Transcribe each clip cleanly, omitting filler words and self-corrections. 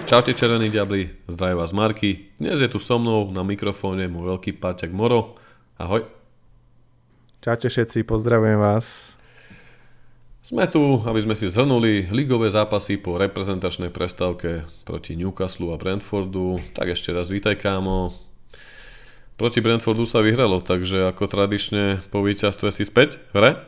Čaute červení diabli, zdraví vás Marky. Dnes je tu so mnou na mikrofóne môj veľký parťak Moro. Ahoj. Čaute všetci, pozdravujem vás. Sme tu, aby sme si zhrnuli ligové zápasy po reprezentačnej prestávke proti Newcastle a Brentfordu. Tak ešte raz vítaj kámo. Proti Brentfordu sa vyhralo, takže ako tradične po víťazstve si späť v hre?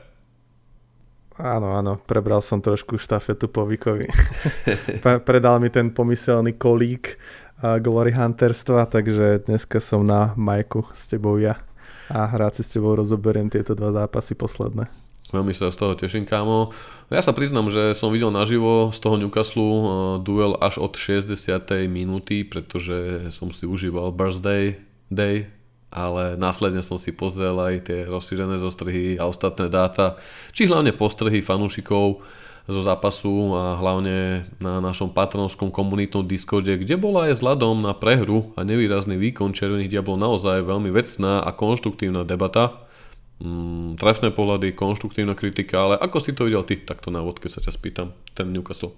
Áno, prebral som trošku štafetu po Vikovi. Predal mi ten pomyselný kolík Glory Hunterstva, takže dneska som na majku s tebou ja a rád si s tebou rozoberiem tieto dva zápasy posledné. Veľmi sa z toho teším, kámo. Ja sa priznám, že som videl naživo z toho Newcastle duel až od 60. minúty, pretože som si užíval birthday day, ale následne som si pozrel aj tie rozšírené zostrihy a ostatné dáta, či hlavne postrehy fanúšikov zo zápasu a hlavne na našom patronskom komunitnom Discorde, kde bola aj vzhľadom na prehru a nevýrazný výkon Červených diablov naozaj veľmi vecná a konštruktívna debata. Trefné pohľady, konštruktívna kritika, ale ako si to videl ty, takto na úvod, keď sa ťa spýtam, ten Newcastle?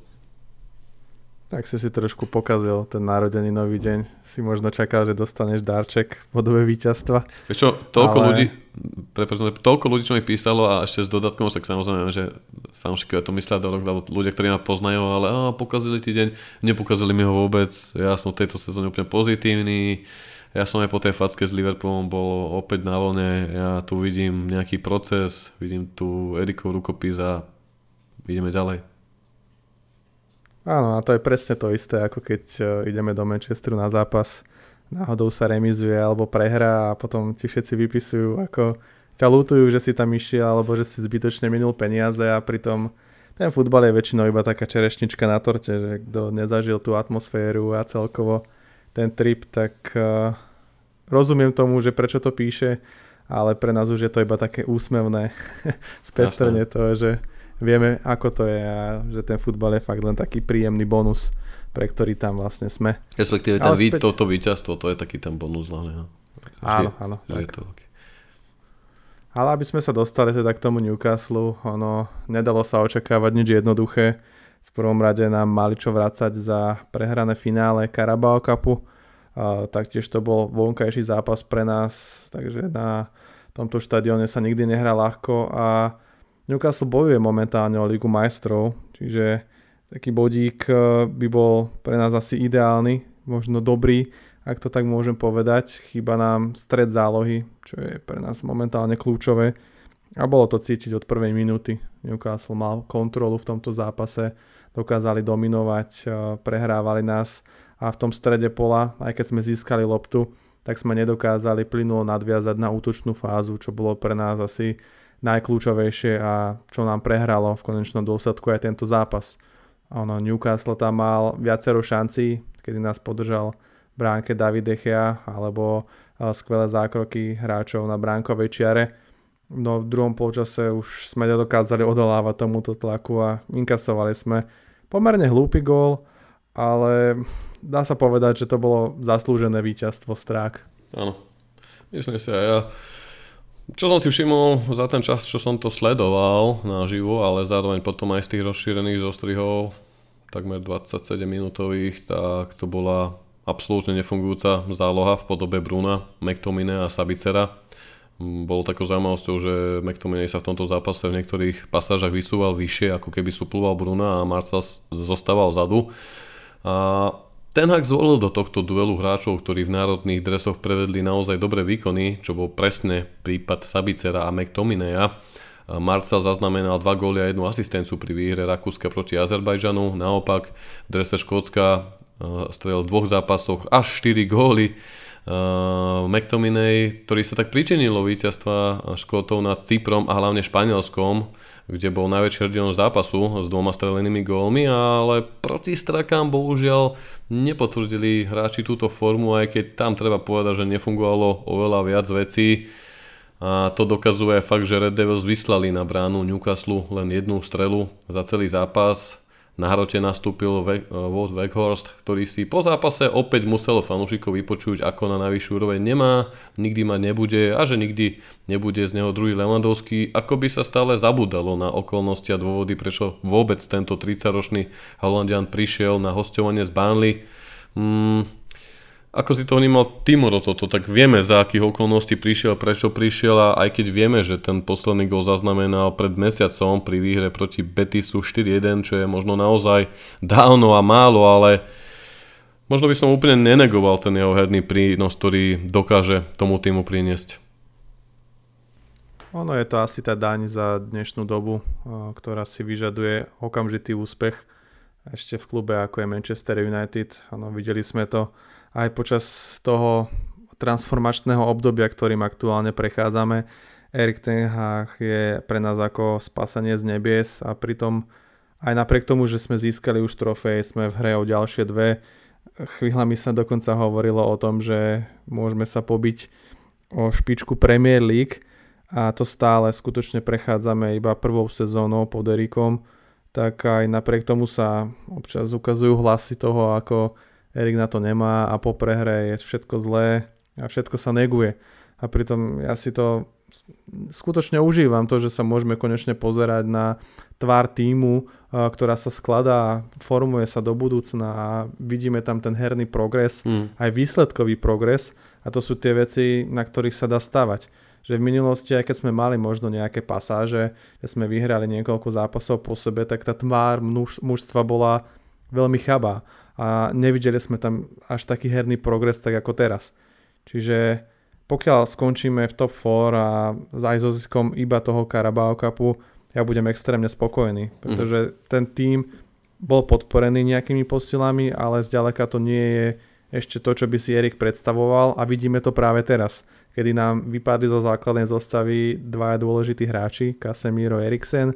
Tak si trošku pokazil ten narodeninový deň. Si možno čakal, že dostaneš darček v podobe víťazstva. Vieš čo, toľko ľudí, čo mi písalo a ešte s dodatkom, tak samozrejme, že fanúšikovia to myslia do rok, ľudia, ktorí ma poznajú, ale pokazili ti deň, nepokazili mi ho vôbec. Ja som v tejto sezóne úplne pozitívny. Ja som aj po tej facke s Liverpoolom bol opäť na vlne. Ja tu vidím nejaký proces, vidím tu Erikov rukopis a ideme ďalej. Áno, a to je presne to isté, ako keď ideme do Manchesteru na zápas, náhodou sa remizuje alebo prehrá a potom ti všetci vypisujú, ako ťa ľútujú, že si tam išiel alebo že si zbytočne minul peniaze a pritom ten futbal je väčšinou iba taká čerešnička na torte, že kto nezažil tú atmosféru a celkovo ten trip, tak rozumiem tomu, že prečo to píše, ale pre nás už je to iba také úsmevné spestrenie toho, že vieme, ako to je a že ten futbal je fakt len taký príjemný bonus, pre ktorý tam vlastne sme. Respektíve toto víťazstvo, to je taký ten bonus hlavne. Áno. Okay. Ale aby sme sa dostali teda k tomu Newcastle, nedalo sa očakávať nič jednoduché. V prvom rade nám mali čo vracať za prehrané finále Carabao Cupu. Taktiež to bol vonkajší zápas pre nás, takže na tomto štadióne sa nikdy nehrá ľahko a Newcastle bojuje momentálne o Ligu majstrov, čiže taký bodík by bol pre nás asi ideálny, možno dobrý, ak to tak môžem povedať. Chýba nám stred zálohy, čo je pre nás momentálne kľúčové a bolo to cítiť od prvej minúty. Newcastle mal kontrolu v tomto zápase, dokázali dominovať, prehrávali nás a v tom strede pola, aj keď sme získali loptu, tak sme nedokázali plynulo nadviazať na útočnú fázu, čo bolo pre nás asi najkľúčovejšie a čo nám prehralo v konečnom dôsledku aj tento zápas. Newcastle tam mal viacero šancí, kedy nás podržal v bránke David De Gea alebo skvelé zákroky hráčov na bránkovej čiare. No v druhom polčase už sme nedokázali odolávať tomuto tlaku a inkasovali sme pomerne hlúpy gól, ale dá sa povedať, že to bolo zaslúžené víťazstvo strák. Áno, myslím si aj ja. Čo som si všimol za ten čas, čo som to sledoval naživo, ale zároveň potom aj z tých rozšírených zostrihov, takmer 27 minútových, tak to bola absolútne nefungujúca záloha v podobe Bruna, McTominaya a Sabicera. Bolo takou zaujímavosťou, že McTominay sa v tomto zápase v niektorých pasážach vysúval vyššie, ako keby suploval Bruna a Martial zostával vzadu. A Ten Hag zvolil do tohto duelu hráčov, ktorí v národných dresoch prevedli naozaj dobré výkony, čo bol presne prípad Sabicera a McTominaya. Martial zaznamenal 2 góly a 1 asistenciu pri výhre Rakúska proti Azerbajdžanu. Naopak v drese Škótska strelil v 2 zápasoch až 4 góly. McTominay, ktorý sa tak pričinil o víťazstva Škótov nad Cyprom a hlavne Španielskom, kde bol najväčší hrdinov zápasu s 2 strelenými gólmi, ale proti Strakám bohužiaľ nepotvrdili hráči túto formu, aj keď tam treba povedať, že nefungovalo oveľa viac vecí. A to dokazuje aj fakt, že Red Devils vyslali na bránu Newcastle len 1 strelu za celý zápas Na hrote nastúpil Wout Weghorst, ktorý si po zápase opäť musel fanúšikov vypočuť, ako na najvyššiu úroveň nemá, nikdy mať nebude a že nikdy nebude z neho druhý Lewandowski. Ako by sa stále zabudalo na okolnosti a dôvody, prečo vôbec tento 30-ročný Holanďan prišiel na hosťovanie z Burnley. Ako si to vnímal Timur toto, tak vieme, za akých okolností prišiel, prečo prišiel a aj keď vieme, že ten posledný gól zaznamenal pred mesiacom pri výhre proti Betisu 4-1, čo je možno naozaj dávno a málo, ale možno by som úplne nenegoval ten jeho herný prínos, ktorý dokáže tomu týmu priniesť. Ono je to asi tá daň za dnešnú dobu, ktorá si vyžaduje okamžitý úspech. Ešte v klube ako je Manchester United, videli sme to aj počas toho transformačného obdobia, ktorým aktuálne prechádzame. Erik ten Hag je pre nás ako spasenie z nebies a pritom aj napriek tomu, že sme získali už trofej, sme v hre o ďalšie 2. Chvíľami sa dokonca hovorilo o tom, že môžeme sa pobiť o špičku Premier League a to stále skutočne prechádzame iba prvou sezónou pod Erikom, tak aj napriek tomu sa občas ukazujú hlasy toho, ako Erik na to nemá a po prehre je všetko zlé a všetko sa neguje. A pritom ja si to skutočne užívam, to, že sa môžeme konečne pozerať na tvár tímu, ktorá sa skladá, formuje sa do budúcna a vidíme tam ten herný progres, aj výsledkový progres a to sú tie veci, na ktorých sa dá stavať. Že v minulosti, aj keď sme mali možno nejaké pasáže, že sme vyhrali niekoľko zápasov po sebe, tak tá tvár mužstva bola veľmi chabá a nevideli sme tam až taký herný progres tak ako teraz. Čiže pokiaľ skončíme v top 4 a aj so ziskom iba toho Carabao Cupu, ja budem extrémne spokojný, pretože ten tím bol podporený nejakými posilami, ale zďaleka to nie je ešte to, čo by si Erik predstavoval a vidíme to práve teraz, kedy nám vypadli zo základnej zostavy 2 dôležití hráči, Casemiro, Eriksen,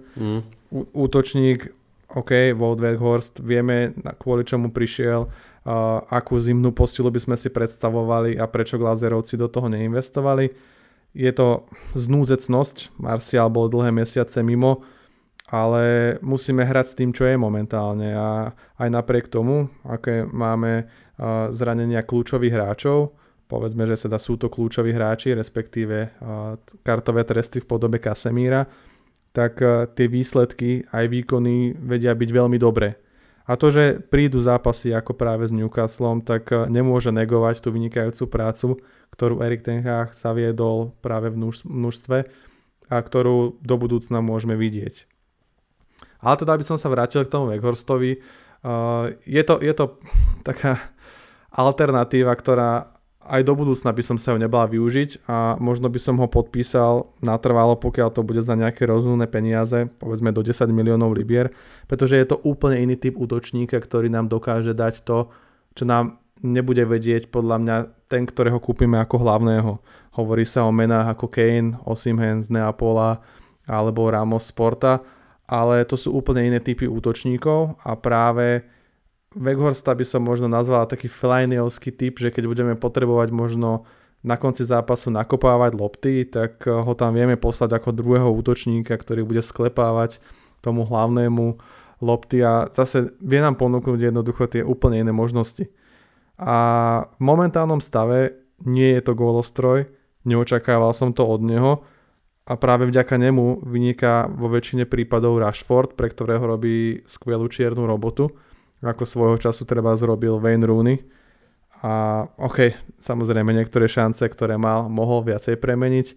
útočník, Wout Weghorst, vieme kvôli čomu prišiel, akú zimnú posilu by sme si predstavovali a prečo Glazerovci do toho neinvestovali. Je to znúdzecnosť, Martial bol dlhé mesiace mimo, ale musíme hrať s tým, čo je momentálne a aj napriek tomu, aké máme zranenia kľúčových hráčov, povedzme, že teda sú to kľúčoví hráči, respektíve kartové tresty v podobe Casemíra, tak tie výsledky aj výkony vedia byť veľmi dobré. A to, že prídu zápasy ako práve s Newcastlom, tak nemôže negovať tú vynikajúcu prácu, ktorú Erik ten Hag zaviedol práve v množstve a ktorú do budúcna môžeme vidieť. Ale teda, aby som sa vrátil k tomu Weghorstovi, je to taká alternatíva, ktorá aj do budúcna by som sa ho nebala využiť a možno by som ho podpísal natrvalo, pokiaľ to bude za nejaké rozumné peniaze, povedzme do 10 miliónov libier, pretože je to úplne iný typ útočníka, ktorý nám dokáže dať to, čo nám nebude vedieť podľa mňa ten, ktorého kúpime ako hlavného. Hovorí sa o menách ako Kane, Osimhen z Neapola alebo Ramos z Porta, ale to sú úplne iné typy útočníkov a práve Weghorsta by som možno nazval taký Fellainiovský typ, že keď budeme potrebovať možno na konci zápasu nakopávať lopty, tak ho tam vieme poslať ako druhého útočníka, ktorý bude sklepávať tomu hlavnému lopty a zase vie nám ponúknuť jednoducho tie úplne iné možnosti. A v momentálnom stave nie je to gólostroj, neočakával som to od neho a práve vďaka nemu vyniká vo väčšine prípadov Rashford, pre ktorého robí skvelú čiernu robotu, ako svojho času treba zrobil Wayne Rooney. A samozrejme niektoré šance, ktoré mohol viacej premeniť,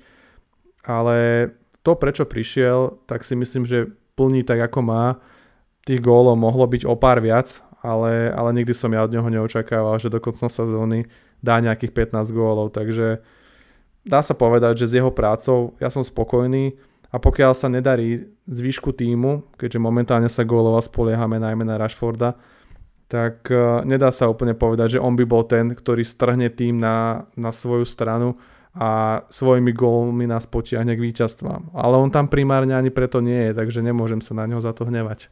ale to, prečo prišiel, tak si myslím, že plní tak, ako má. Tých gólov mohlo byť o pár viac, ale nikdy som ja od neho neočakával, že do konca sezóny dá nejakých 15 gólov, takže dá sa povedať, že s jeho prácou ja som spokojný. A pokiaľ sa nedarí zvyšku tímu, keďže momentálne sa gólova spoliehame najmä na Rashforda, tak nedá sa úplne povedať, že on by bol ten, ktorý strhne tým na svoju stranu a svojimi gólmi nás potiahne k víťazstvám. Ale on tam primárne ani preto nie je, takže nemôžem sa na ňo za to hnevať.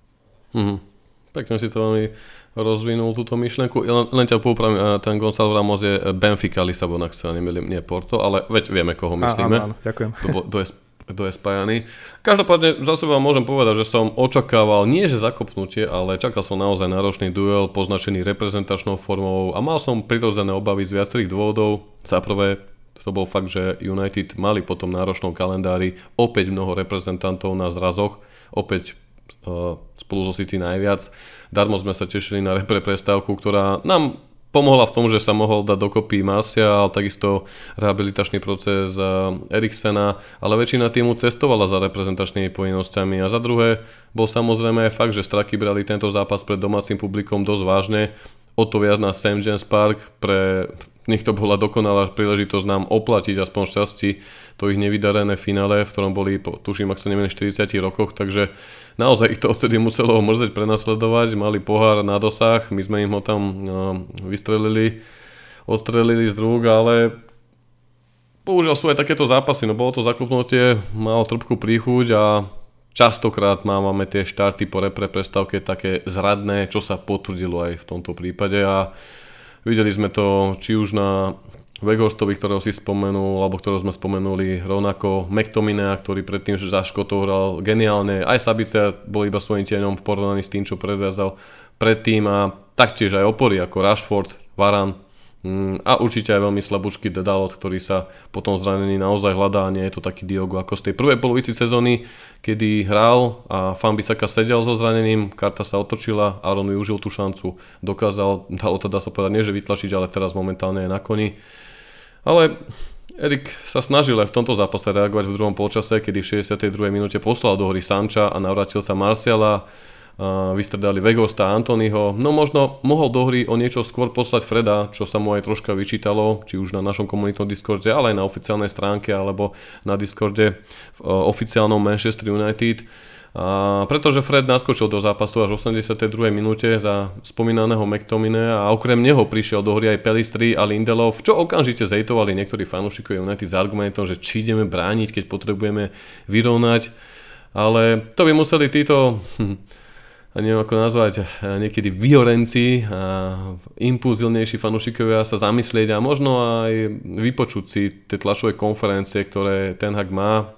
Pekne si to veľmi rozvinul túto myšlenku. Len ťa poupravím, ten Gonzalo Ramos je Benfica Lisabon, ak sa nemýlim, nie Porto, ale veď vieme, koho myslíme. Áno, ďakujem. To je kto je spájaný. Každopádne za seba môžem povedať, že som očakával nie že zakopnutie, ale čakal som naozaj náročný duel poznačený reprezentačnou formou a mal som prirodzené obavy z viacerých dôvodov. Za prvé, to bol fakt, že United mali po tom náročnom kalendári opäť mnoho reprezentantov na zrazoch, opäť spolu so City najviac. Darmo sme sa tešili na prestávku, ktorá nám pomohla v tom, že sa mohol dať dokopy Martial, takisto rehabilitačný proces Eriksena, ale väčšina týmu cestovala za reprezentačnými povinnosťami a za druhé bol samozrejme aj fakt, že Straky brali tento zápas pred domácim publikom dosť vážne. O to viac na St. James Park, pre nich to bola dokonalá príležitosť nám oplatiť aspoň šťastí to ich nevydarené finále, v ktorom boli, tuším, ak sa neviem, 40 rokoch, takže naozaj ich to odtedy muselo mrzieť prenasledovať, mali pohár na dosah, my sme im ho tam odstrelili z rúk, ale bohužiaľ sú aj takéto zápasy, no bolo to zakopnutie, malo trpkú príchuť a častokrát máme tie štarty po prestávke také zradné, čo sa potvrdilo aj v tomto prípade a videli sme to či už na Weghorstovi, ktorého si spomenul, alebo ktorého sme spomenuli, rovnako McTominaya, ktorý predtým za Škotov hral geniálne, aj Sabitzer bol iba svojím tieňom v porovnaní s tým, čo predviazal predtým a taktiež aj opory ako Rashford, Varane a určite aj veľmi slabúčky Dedalot, ktorý sa po tom zranení naozaj hľadá a nie je to taký Diogo ako z tej prvej polovici sezóny, kedy hral a Wan-Bissaka sedel so zranením, karta sa otočila, Aaron využil tú šancu, dokázal, dalo to dá sa povedať, nie že vytlačiť, ale teraz momentálne je na koni. Ale Erik sa snažil aj v tomto zápase reagovať v druhom polčase, kedy v 62. minúte poslal do hry Sancha a navrátil sa Martiala, vystredali Weghorsta a Antonyho. No možno mohol do hry o niečo skôr poslať Freda, čo sa mu aj troška vyčítalo, či už na našom komunitnom Discorde, ale aj na oficiálnej stránke alebo na Discorde v oficiálnom Manchester United. Pretože Fred naskočil do zápasu až v 82. minúte za spomínaného McTominaya a okrem neho prišiel do hry aj Pellistri a Lindelof, čo okamžite zejtovali niektorí fanúšikovia United s argumentom, že či ideme brániť, keď potrebujeme vyrovnať, ale to by museli títo neviem ako nazvať, niekedy vyorenci a impulzívnejší fanúšikovia sa zamyslieť a možno aj vypočuť si tie tlačové konferencie, ktoré Ten Hag má.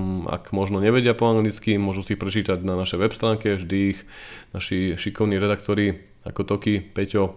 Ak možno nevedia po anglicky, môžu si prečítať na našej web stránke, vždy ich naši šikovní redaktori ako Toky, Peťo,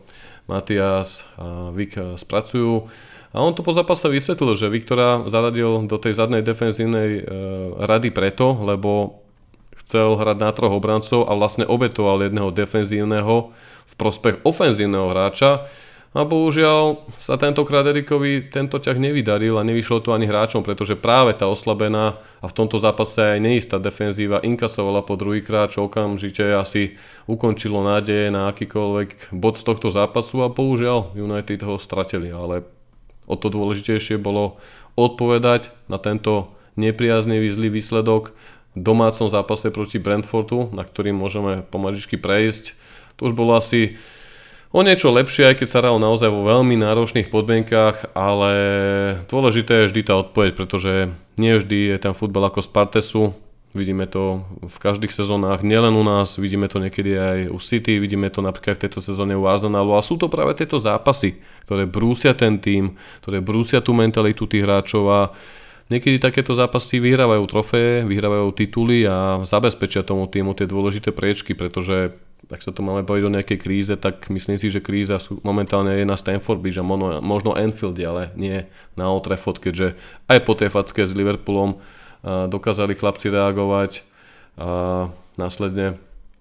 Matias a Vik spracujú. A on to po zápase vysvetlil, že Viktora zaradil do tej zadnej defenzívnej rady preto, lebo chcel hrať na troch obrancov a vlastne obetoval jedného defenzívneho v prospech ofenzívneho hráča. A bohužiaľ sa tentokrát Erikovi tento ťah nevydaril a nevyšlo to ani hráčom, pretože práve tá oslabená a v tomto zápase aj neistá defenzíva inkasovala po druhýkrát, čo okamžite asi ukončilo nádeje na akýkoľvek bod z tohto zápasu a bohužiaľ United ho stratili, ale o to dôležitejšie bolo odpovedať na tento nepriaznivý zlý výsledok v domácom zápase proti Brentfordu, na ktorým môžeme pomaličky prejsť. To už bolo asi o niečo lepšie, aj keď sa hral naozaj vo veľmi náročných podmienkach, ale dôležité je vždy tá odpoveď, pretože nie vždy je ten futbal ako z Partesu. Vidíme to v každých sezónach, nielen u nás, vidíme to niekedy aj u City, vidíme to napríklad v tejto sezóne u Arsenalu a sú to práve tieto zápasy, ktoré brúsia ten tím, ktoré brúsia tú mentalitu tých hráčov a niekedy takéto zápasy vyhrávajú trofeje, vyhrávajú tituly a zabezpečia tomu týmu tie dôležité priečky, pretože ak sa to máme baviť o nejakej kríze, tak myslím si, že kríza momentálne je na Stamford Bridge a možno Anfield, ale nie na Old Trafford, keďže aj po tej facke s Liverpoolom dokázali chlapci reagovať a následne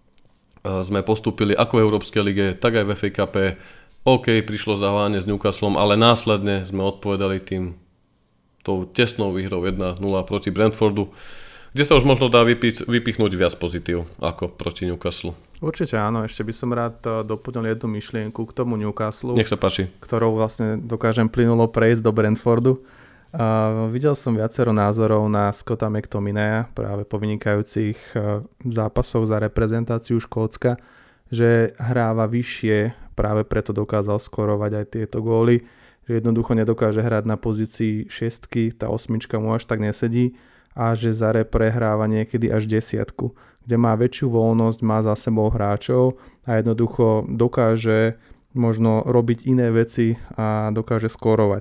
sme postúpili ako v Európskej lige, tak aj v FA Cupe. OK, prišlo zaváňanie s Newcastlom, ale následne sme odpovedali tým tou tesnou výhrou 1-0 proti Brentfordu, kde sa už možno dá vypichnúť viac pozitív ako proti Newcastle. Určite áno, ešte by som rád doplnil jednu myšlienku k tomu Newcastle. Nech sa páči. Ktorou vlastne dokážem plynulo prejsť do Brentfordu. Videl som viacero názorov na Scotta McTominaya, práve po vynikajúcich zápasoch za reprezentáciu Škótska, že hráva vyššie, práve preto dokázal skorovať aj tieto góly, že jednoducho nedokáže hrať na pozícii šestky, tá osmička mu až tak nesedí a že za repre hráva niekedy až desiatku, kde má väčšiu voľnosť, má za sebou hráčov a jednoducho dokáže možno robiť iné veci a dokáže skorovať.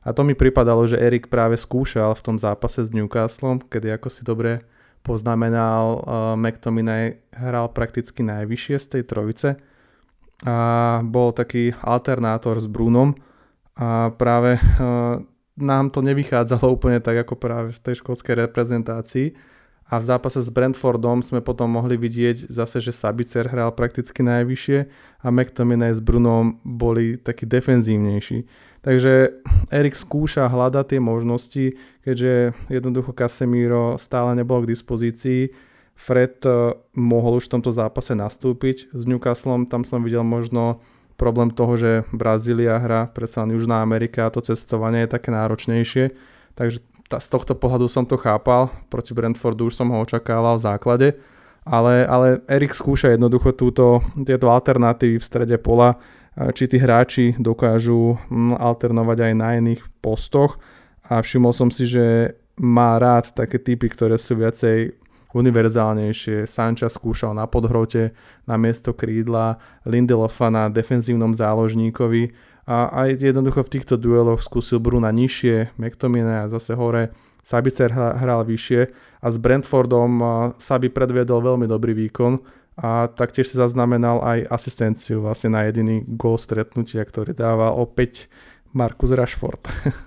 A to mi pripadalo, že Erik práve skúšal v tom zápase s Newcastlom, kedy ako si dobre poznamenal, McTominay hral prakticky najvyššie z tej trojice a bol taký alternátor s Brunom a práve nám to nevychádzalo úplne tak ako práve v tej škótskej reprezentácii. A v zápase s Brentfordom sme potom mohli vidieť zase, že Sabitzer hral prakticky najvyššie a McTominay s Brunom boli takí defenzívnejší. Takže Erik skúša hľadať tie možnosti, keďže jednoducho Casemiro stále nebol k dispozícii. Fred mohol už v tomto zápase nastúpiť s Newcastlom, tam som videl možno problém toho, že Brazília hrá predsa len Južná Amerika a to cestovanie je také náročnejšie. Takže z tohto pohľadu som to chápal, proti Brentfordu už som ho očakával v základe, ale Erik skúša jednoducho tieto alternatívy v strede pola, či tí hráči dokážu alternovať aj na iných postoch a všimol som si, že má rád také typy, ktoré sú viacej univerzálnejšie. Sancha skúšal na podhrote, na miesto krídla, Lindelofa na defenzívnom záložníkovi a aj jednoducho v týchto dueloch skúsil Bruna nižšie, McTominay a zase hore, Sabitzer hral vyššie a s Brentfordom Sabi predviedol veľmi dobrý výkon a taktiež si zaznamenal aj asistenciu vlastne na jediný gól stretnutia, ktorý dával opäť Marcus Rashford.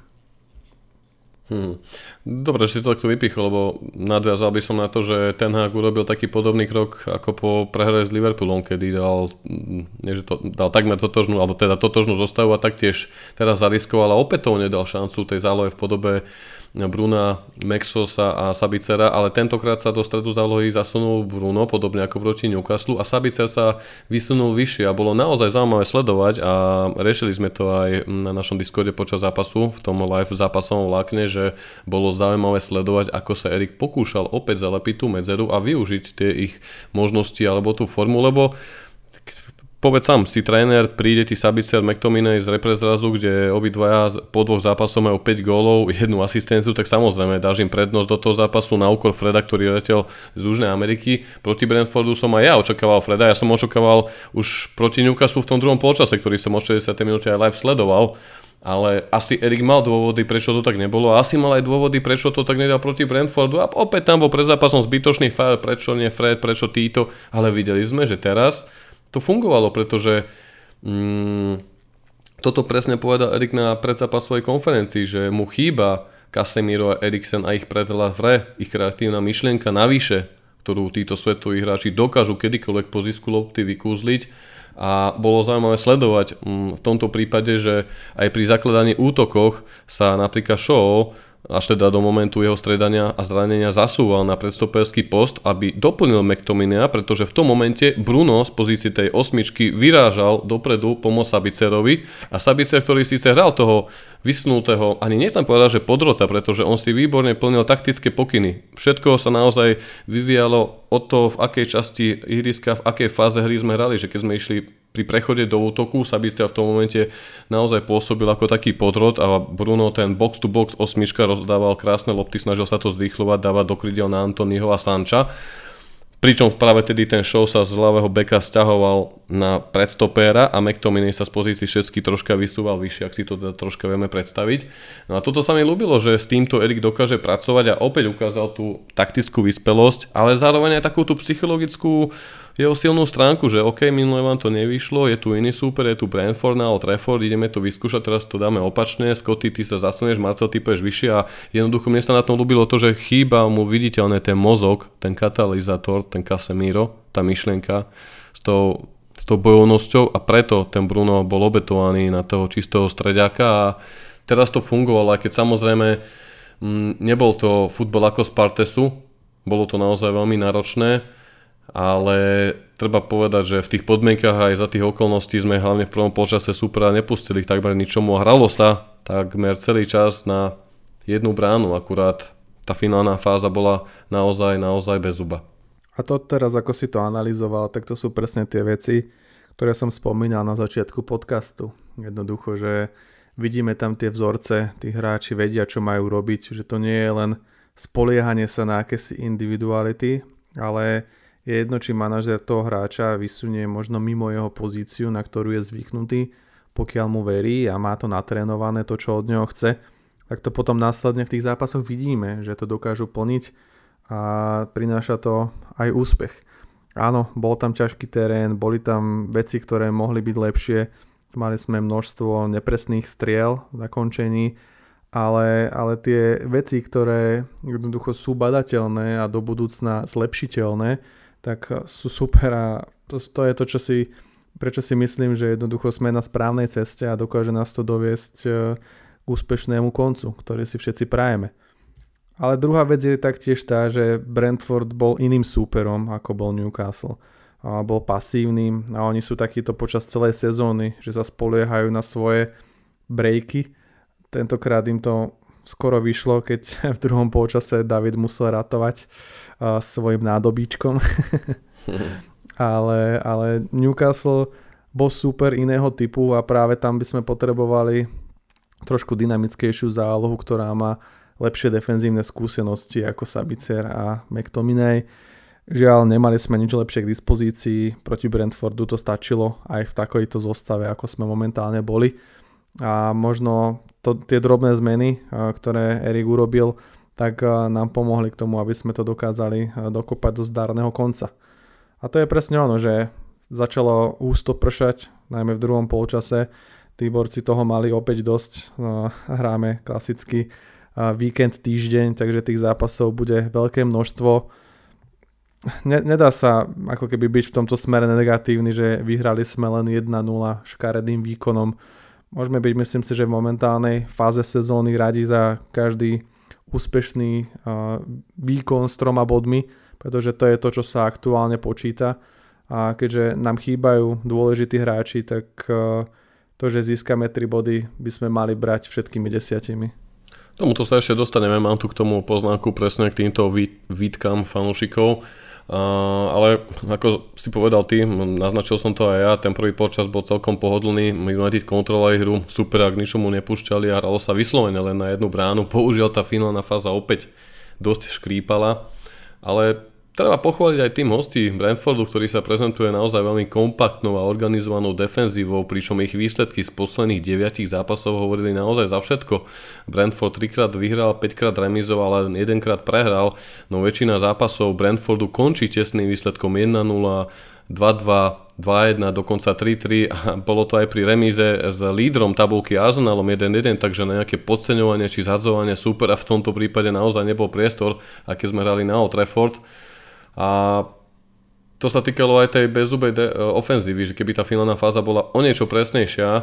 Dobre, že si to takto vypichol, lebo nadviazal by som na to, že Ten Hag urobil taký podobný krok ako po prehre s Liverpoolom, kedy dal takmer totožnú, alebo teda totožnú zostavu a taktiež teraz zariskoval a opätovne dal šancu tej zálohe v podobe Bruna, Maxosa a Sabicera, ale tentokrát sa do stredu zálohy zasunul Bruno, podobne ako proti Newcastle a Sabicer sa vysunul vyššie a bolo naozaj zaujímavé sledovať a riešili sme to aj na našom Discorde počas zápasu, v tom live zápasovom vlákne, že bolo zaujímavé sledovať, ako sa Erik pokúšal opäť zalepiť tú medzeru a využiť tie ich možnosti alebo tú formu, lebo povedz sám, si tréner, príde ti Sabitzer, McTominay z repre zrazu, kde obidvaja po 2 zápasoch majú 5 gólov, 1 asistenciu, tak samozrejme dáš im prednosť do toho zápasu na úkor Freda, ktorý letel z Južnej Ameriky. Proti Brentfordu som aj ja očakával Freda, ja som očakával už proti Newcastle v tom druhom polčase, ktorý som od 60. minúte aj live sledoval. Ale asi Erik mal dôvody, prečo to tak nebolo a asi mal aj dôvody, prečo to tak nedal proti Brentfordu a opäť tam bol pred zápasom zbytočný faul, prečo nie Fred, prečo títo, ale videli sme, že teraz to fungovalo, pretože toto presne povedal Erik na predzápasovej konferencii, že mu chýba Casemiro a Eriksen a ich predhľad v hre, ich kreatívna myšlienka navyše, ktorú títo svetoví hráči dokážu kedykoľvek po zisku lopty vykúzliť a bolo zaujímavé sledovať v tomto prípade, že aj pri zakladaní útokoch sa napríklad Shaw až teda do momentu jeho stredania a zranenia zasúval na predstoperský post, aby doplnil McTominaya, pretože v tom momente Bruno z pozície tej osmičky vyrážal dopredu pomoc Sabicerovi a Sabicer, ktorý síce hral toho vysunutého, ani nechcem povedať, že podrota, pretože on si výborne plnil taktické pokyny. Všetko sa naozaj vyvíjalo od toho, v akej časti ihriska, v akej fáze hry sme hrali, že keď sme išli pri prechode do útoku, Sabitzer v tom momente naozaj pôsobil ako taký podrod a Bruno ten box to box osmička rozdával krásne lopty, snažil sa to zdýchlovať, dávať do krídel na Antonyho a Sancha. Pričom práve tedy ten Shaw sa z ľavého beka sťahoval na predstopéra a McTominay sa z pozícii šesky troška vysúval vyššie, ak si to teda troška vieme predstaviť. No a toto sa mi ľúbilo, že s týmto Erik dokáže pracovať a opäť ukázal tú taktickú vyspelosť, ale zároveň aj takú tú psychologickú jeho silnú stránku, že OK, minulé vám to nevyšlo, je tu iný súper, je tu Brentford na Old Trafford, ideme to vyskúšať, teraz to dáme opačne, Scotty, ty sa zasunieš, Marcel, ty pôjdeš vyššie a jednoducho mne sa na tom ľúbilo to, že chýba mu viditeľne ten mozog, ten katalizátor, ten Casemiro, tá myšlienka s tou bojovnosťou a preto ten Bruno bol obetovaný na toho čistého streďáka a teraz to fungovalo, aj keď samozrejme nebol to futbal ako z Partesu, bolo to naozaj veľmi náročné, ale treba povedať, že v tých podmienkach aj za tých okolností sme hlavne v prvom polčase supera nepustili takmer ničomu a hralo sa takmer celý čas na jednu bránu, akurát tá finálna fáza bola naozaj bez zuba. A to teraz, ako si to analyzoval, tak to sú presne tie veci, ktoré som spomínal na začiatku podcastu. Jednoducho, že vidíme tam tie vzorce, tí hráči vedia, čo majú robiť, že to nie je len spoliehanie sa na akési individuality, ale je jedno, či manažer toho hráča vysunie možno mimo jeho pozíciu, na ktorú je zvyknutý. pokiaľ mu verí a má to natrénované, to čo od neho chce, tak to potom následne v tých zápasoch vidíme, že to dokážu plniť a prináša to aj úspech. Áno, bol tam ťažký terén, boli tam veci, ktoré mohli byť lepšie, mali sme množstvo nepresných striel, zakončení, ale tie veci, ktoré jednoducho sú badateľné a do budúcna zlepšiteľné, tak sú super a to je to, prečo si myslím, že jednoducho sme na správnej ceste a dokáže nás to doviesť k úspešnému koncu, ktorý si všetci prajeme. Ale druhá vec je taktiež tá, že Brentford bol iným súperom, ako bol Newcastle. Bol pasívnym a oni sú takíto počas celej sezóny, že sa spoliehajú na svoje breaky. Tentokrát im to skoro vyšlo, keď v druhom polčase David musel ratovať svojim nádobíčkom. ale Newcastle bol super iného typu a práve tam by sme potrebovali trošku dynamickejšiu zálohu, ktorá má lepšie defenzívne skúsenosti ako Sabitzer a McTominay. Žiaľ, nemali sme nič lepšie k dispozícii, proti Brentfordu to stačilo aj v takejto zostave, ako sme momentálne boli. A možno tie drobné zmeny, ktoré Erik urobil, tak nám pomohli k tomu, aby sme to dokázali dokopať do zdarného konca. A to je presne ono, že začalo ústo pršať, najmä v druhom polčase. Tí borci toho mali opäť dosť. Hráme klasický víkend, týždeň, takže tých zápasov bude veľké množstvo. Nedá sa ako keby byť v tomto smere negatívny, že vyhrali sme len 1-0 škaredým výkonom. Môžeme byť, myslím si, že v momentálnej fáze sezóny radi za každý úspešný výkon s 3 bodmi, pretože to je to, čo sa aktuálne počíta. A keďže nám chýbajú dôležití hráči, tak to, že získame 3 body, by sme mali brať všetkými 10. Tomuto sa ešte dostaneme, mám tu k tomu poznámku presne k týmto výtkam fanúšikov. Ale ako si povedal ty, naznačil som to aj ja, ten prvý počas bol celkom pohodlný, United kontrolovali hru, super, ak ničomu nepúšťali a hralo sa vyslovene len na jednu bránu, bohužiaľ tá finálna fáza opäť dosť škrípala, ale treba pochváliť aj tým hostí Brentfordu, ktorý sa prezentuje naozaj veľmi kompaktnou a organizovanou defenzívou, pričom ich výsledky z posledných 9 zápasov hovorili naozaj za všetko. Brentford 3-krát vyhral, 5-krát remizoval, ale 1-krát prehral, no väčšina zápasov Brentfordu končí tesným výsledkom 1-0, 2-2, 2-1, dokonca 3-3 a bolo to aj pri remíze s lídrom tabulky Arsenalom 1-1, takže na nejaké podceňovanie či zhadzovanie supera v tomto prípade naozaj nebol priestor, aké sme hrali na Old Trafford. A to sa týkalo aj tej bezzubej ofenzívy, že keby tá finálna fáza bola o niečo presnejšia,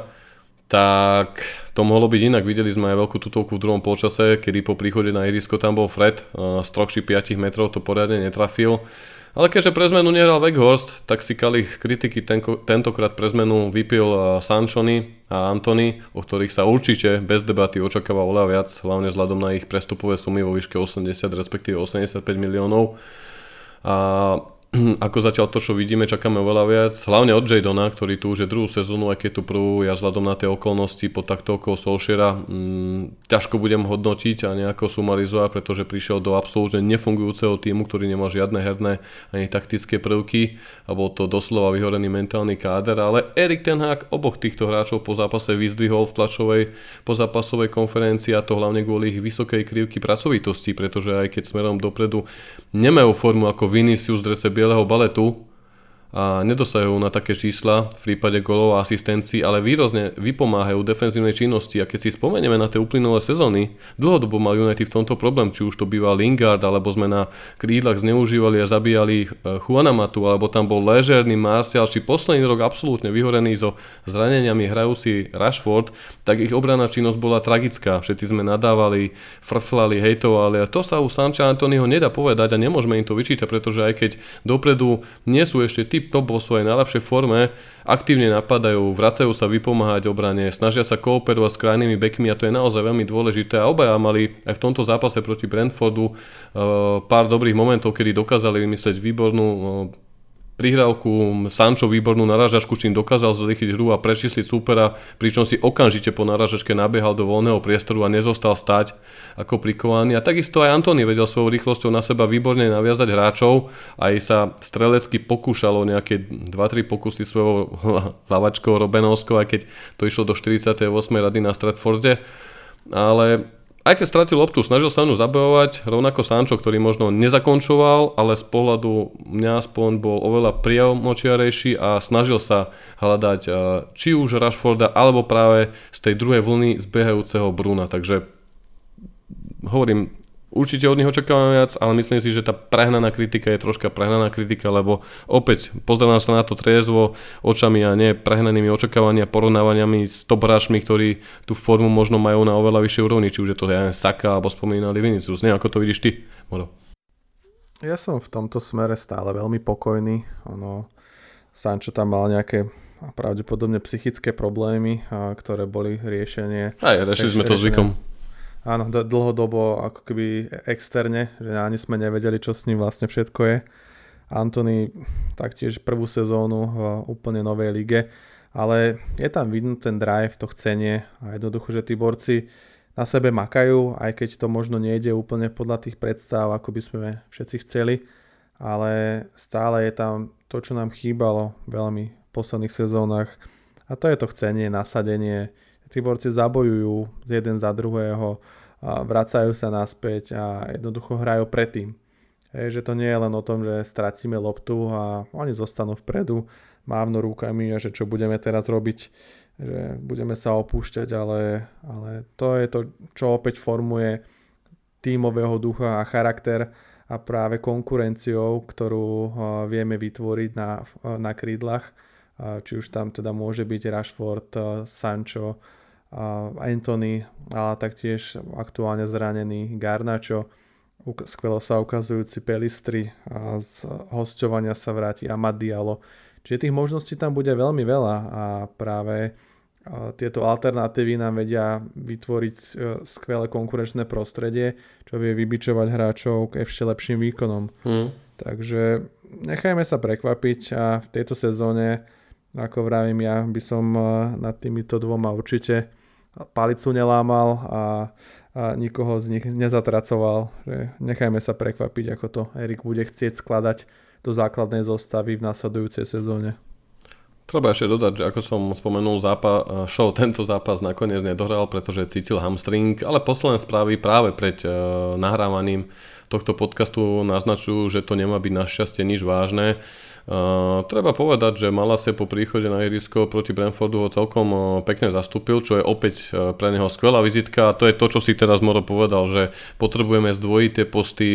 tak to mohlo byť inak. Videli sme aj veľkú tutovku v druhom polčase, kedy po príchode na ihrisko tam bol Fred z 3 či 5 metrov to poriadne netrafil. Ale keďže pre zmenu nehral Weghorst, tak si kalich kritiky tentokrát pre zmenu vypil Sanchony a Antony, o ktorých sa určite bez debaty očakáva oveľa viac, hlavne vzhľadom na ich prestupové sumy vo výške 80 respektíve 85 miliónov. A ako zatiaľ to, čo vidíme, čakáme oveľa viac, hlavne od Jadona, ktorý tu už je druhú sezónu, aj keď tu prvú, ja vzhľadom na tie okolnosti pod taktovkou Solskjaera ťažko budem hodnotiť a nejako sumarizovať, pretože prišiel do absolútne nefungujúceho tímu, ktorý nemá žiadne herné ani taktické prvky a bol to doslova vyhorený mentálny káder, ale Erik ten Hag oboch týchto hráčov po zápase vyzdvihol v tlačovej pozápasovej konferencii a to hlavne kvôli ich vysokej krivky pracovitosti, pretože aj keď smerom dopredu nemajú formu ako Vinicius drese bieleho baletu a nedosahujú na také čísla v prípade golov a asistencií, ale výrazne vypomáhajú defenzívnej činnosti a keď si spomenieme na tie uplynulé sezóny, dlhodobo mal United v tomto problém, či už to býval Lingard, alebo sme na krídlach zneužívali a zabíjali Juana Matu, alebo tam bol Ležerný, Martial, či posledný rok absolútne vyhorený so zraneniami hrajúci Rashford, tak ich obranná činnosť bola tragická. Všetci sme nadávali, frflali, hejtovali a to sa u Sancha Antonyho nedá povedať a nemôžeme im to vyčítať, pretože aj keď dopredu nie sú ešte top vo svojej najlepšej forme, aktívne napadajú, vracajú sa vypomáhať obrane, snažia sa kooperovať s krajnými backmi a to je naozaj veľmi dôležité a obaja mali aj v tomto zápase proti Brentfordu pár dobrých momentov, kedy dokázali vymyslieť výbornú prihrávku, Sancho výbornú narážačku, čím dokázal zrýchliť hru a prečísliť súpera, pričom si okamžite po narážačke nabiehal do voľného priestoru a nezostal stať ako prikovaný. A takisto aj Antony vedel svojou rýchlosťou na seba výborne naviazať hráčov, aj sa strelecky pokúšalo nejaké 2-3 pokusy svojou hlavačkou Robenovskou, aj keď to išlo do 48. rady na Stratforde. Ale aj keď stratil loptu, snažil sa ňu zabojovať, rovnako Sancho, ktorý možno nezakončoval, ale z pohľadu mňa aspoň bol oveľa priamočiarejší a snažil sa hľadať či už Rashforda, alebo práve z tej druhej vlny zbiehajúceho Bruna. Takže hovorím, určite od nich očakávame viac, ale myslím si, že tá prehnaná kritika je troška prehnaná kritika, lebo opäť pozerám sa na to triezvo očami a nie prehnanými očakávania a porovnávaniami s top hráčmi, ktorí tú formu možno majú na oveľa vyššej úrovni, či už je to Saka alebo spomínali Vinicius. Neviem, ako to vidíš ty, Moro? Ja som v tomto smere stále veľmi pokojný. Sancho tam mal nejaké pravdepodobne psychické problémy, ktoré boli riešenie. Aj riešili sme to zvykom. Áno, dlhodobo ako keby externe, že ani sme nevedeli, čo s ním vlastne všetko je. Antony taktiež prvú sezónu v úplne novej lige, ale je tam vidno ten drive, to chcenie a jednoducho, že tí borci na sebe makajú, aj keď to možno nejde úplne podľa tých predstav, ako by sme všetci chceli, ale stále je tam to, čo nám chýbalo veľmi v posledných sezónach a to je to chcenie, nasadenie. Tí borci zabojujú jeden za druhého, vracajú sa naspäť a jednoducho hrajú predtým. Že to nie je len o tom, že stratíme loptu a oni zostanú vpredu, mávnu rukami a že čo budeme teraz robiť, že budeme sa opúšťať, ale to je to, čo opäť formuje tímového ducha a charakter a práve konkurenciou, ktorú vieme vytvoriť na krídlach. Či už tam teda môže byť Rashford, Sancho, Antony, ale taktiež aktuálne zranený Garnacho, skvelo sa ukazujúci Pelistri a z hosťovania sa vráti Amad Diallo. Čiže tých možností tam bude veľmi veľa a práve tieto alternatívy nám vedia vytvoriť skvelé konkurenčné prostredie, čo vie vybičovať hráčov k ešte lepším výkonom. Takže nechajme sa prekvapiť a v tejto sezóne, ako vravím, ja by som nad týmito dvoma určite palicu nelámal a nikoho z nich nezatracoval. Že nechajme sa prekvapiť, ako to Erik bude chcieť skladať do základnej zostavy v nasledujúcej sezóne. Treba ešte dodať, že ako som spomenul, tento zápas nakoniec nedohral, pretože cítil hamstring, ale posledné správy práve pred nahrávaním tohto podcastu naznačujú, že to nemá byť našťastie nič vážne. Treba povedať, že Malacia po príchode na ihrisko proti Brentfordu ho celkom pekne zastúpil, čo je opäť pre neho skvelá vizitka a to je to, čo si teraz Moro povedal, že potrebujeme zdvojiť tie posty,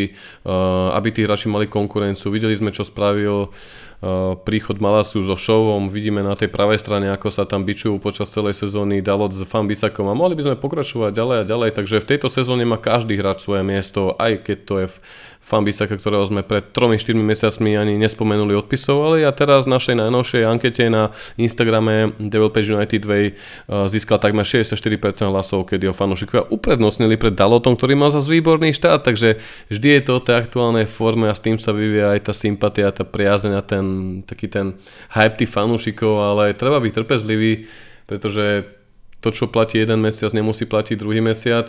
aby tí hráči mali konkurenciu. Videli sme, čo spravil príchod Malaciu so Showom, vidíme na tej pravej strane, ako sa tam bičujú počas celej sezóny Dalot s Wan-Bissakom a mohli by sme pokračovať ďalej a ďalej, takže v tejto sezóne má každý hráč svoje miesto, aj keď to je Wan-Bissaka, ktorého sme pred 3-4 mesiacmi ani nespomenuli, odpisovali a teraz v našej najnovšej ankete na Instagrame Devil Page United Way získal takmer 64% hlasov, kedy ho fanúšikovia uprednostnili pred Dalotom, ktorý mal zase výborný štát, takže vždy je to o tej aktuálnej forme a s tým sa vyvíja aj tá sympatia, tá priazeň a taký ten hype tých fanúšikov, ale treba byť trpezlivý, pretože to, čo platí jeden mesiac, nemusí platiť druhý mesiac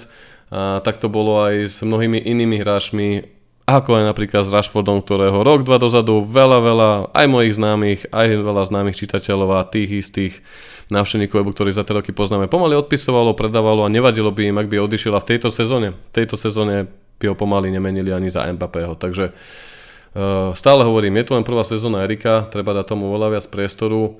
a tak to bolo aj s mnohými inými hráčmi, ako aj napríklad s Rashfordom, ktorého rok, 2 dozadu veľa aj mojich známych, aj veľa známych čitateľov a tých istých návštevníkov, ktorých za tie roky poznáme, pomaly odpisovalo, predávalo a nevadilo by im, ak by odišiel a v tejto sezóne by ho pomaly nemenili ani za Mbappého, takže stále hovorím, je to len prvá sezóna Erika, treba dať tomu veľa viac priestoru.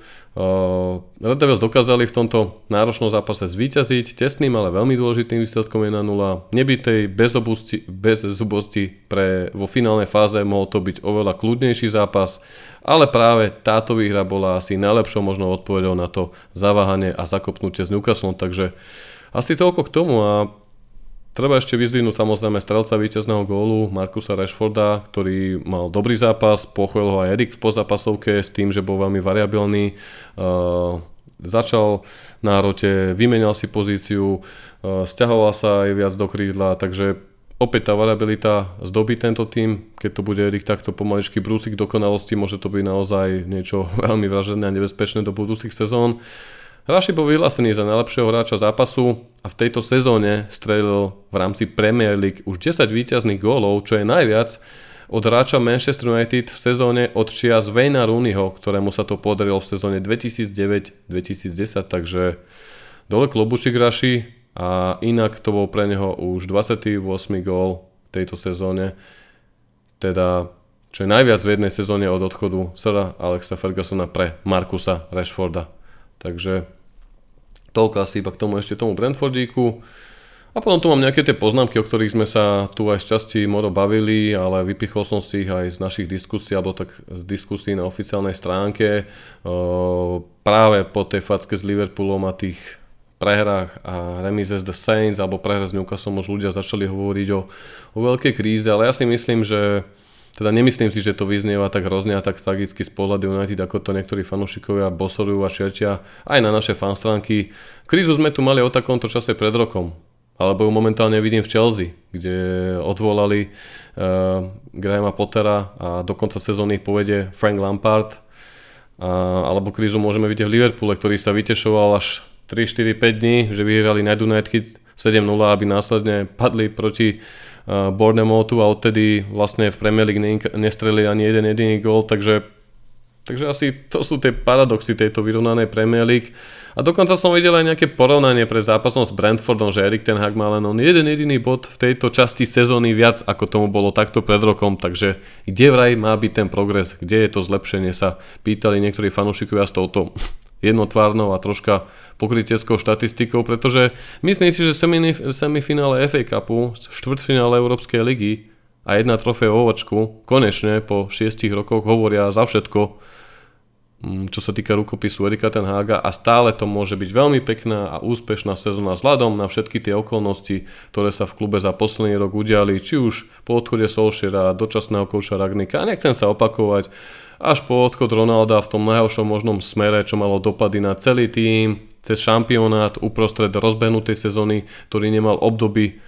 Red Devils dokázali v tomto náročnom zápase zvíťaziť tesným, ale veľmi dôležitým výsledkom 1-0. Nebitej, bez zubosti vo finálnej fáze mohol to byť oveľa kľudnejší zápas, ale práve táto výhra bola asi najlepšou možnou odpoveďou na to zaváhanie a zakopnutie s Newcastlom, takže asi toľko k tomu a treba ešte vyzdvihnúť samozrejme strelca víťazného gólu Marcusa Rashforda, ktorý mal dobrý zápas, pochválil ho aj Erik v pozápasovke s tým, že bol veľmi variabilný. Začal na rote, vymenal si pozíciu, sťahoval sa aj viac do krídla, takže opäť tá variabilita zdobí tento tým, keď to bude Erik takto pomaličky brúsik dokonalosti, môže to byť naozaj niečo veľmi vražedné a nebezpečné do budúcich sezón. Rashid bol vyhlásený za najlepšieho hráča zápasu a v tejto sezóne strelil v rámci Premier League už 10 víťazných gólov, čo je najviac od hráča Manchester United v sezóne od čias Wayna Rooneyho, ktorému sa to podarilo v sezóne 2009-2010, takže dole klobúčik Rashid. A inak to bol pre neho už 28. gól v tejto sezóne, teda čo je najviac v jednej sezóne od odchodu Sira Alexa Fergusona pre Marcusa Rashforda. Takže toľko asi iba k tomu ešte tomu Brentfordíku. A potom tu mám nejaké tie poznámky, o ktorých sme sa tu aj z časti Moro bavili, ale vypichol som si ich aj z našich diskusí, alebo tak z diskusí na oficiálnej stránke. Práve po tej facke s Liverpoolom a tých prehrách a remíze z The Saints alebo prehra s Newcastlom už ľudia začali hovoriť o veľkej kríze, ale ja si myslím, že teda nemyslím si, že to vyznieva tak hrozne a tak tragicky z pohľadu United, ako to niektorí fanúšikovia bosorujú a šertia aj na naše fanstránky. Krízu sme tu mali o takomto čase pred rokom, alebo ju momentálne vidím v Chelsea, kde odvolali Grahama Pottera a do konca sezóny ich povedie Frank Lampard, alebo krízu môžeme vidieť v Liverpoole, ktorý sa vytešoval až 3, 4, 5 dní, že vyhrali Night United 7-0, aby následne padli proti Bournemouthu a odtedy vlastne v Premier League nestrelili ani jeden jediný gól, takže asi to sú tie paradoxy tejto vyrovnanej Premier League. A dokonca som videl aj nejaké porovnanie pre zápasom s Brentfordom, že Erik ten Hag má len jeden jediný bod v tejto časti sezóny viac, ako tomu bolo takto pred rokom, takže kde vraj má byť ten progres, kde je to zlepšenie, sa pýtali niektorí fanúšikovia s touto jednotvárnou a troška pokryteckou štatistikou, pretože myslím si, že semifinále FA Cupu, štvrťfinále Európskej ligy a jedna trofej ovačku konečne po 6 rokoch hovoria za všetko, čo sa týka rukopisu Erika ten Haga, a stále to môže byť veľmi pekná a úspešná sezóna vzhľadom na všetky tie okolnosti, ktoré sa v klube za posledný rok udiali, či už po odchode Solskjaera, dočasného kouča Rangnicka, a nechcem sa opakovať, až po odchod Ronalda v tom najhoršom možnom smere, čo malo dopady na celý tím, cez šampionát uprostred rozbehnutej sezóny, ktorý nemal obdoby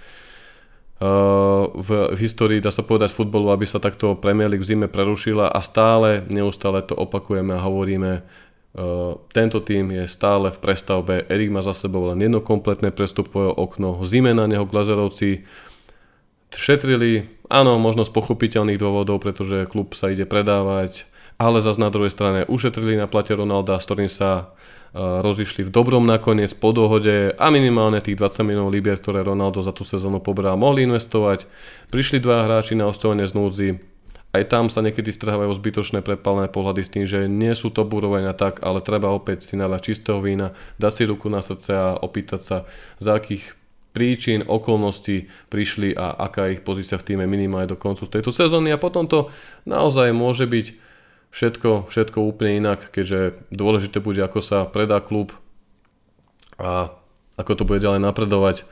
v histórii, dá sa povedať, futbolu, aby sa takto Premier League v zime prerušila, a neustále to opakujeme a hovoríme, tento tím je stále v prestavbe, Erik má za sebou len jedno kompletné prestupové okno, v zime na neho Glazerovci šetrili, áno, možno z pochopiteľných dôvodov, pretože klub sa ide predávať, ale zase na druhej strane ušetrili na plate Ronalda, s ktorým sa rozišli v dobrom nakoniec po dohode, a minimálne tých 20 miliónov libier, ktoré Ronaldo za tú sezónu pobral, mohli investovať. Prišli dva hráči na osťovanie z núdzi. Aj tam sa niekedy strhávajú zbytočné prepálené pohľady s tým, že nie sú to úroveň a tak, ale treba opäť si naliať čistého vína, dať si ruku na srdce a opýtať sa, za akých príčin, okolností prišli a aká ich pozícia v týme minimálne do koncu tejto sezóny, a potom to naozaj môže byť všetko úplne inak, keďže dôležité bude, ako sa predá klub a ako to bude ďalej napredovať.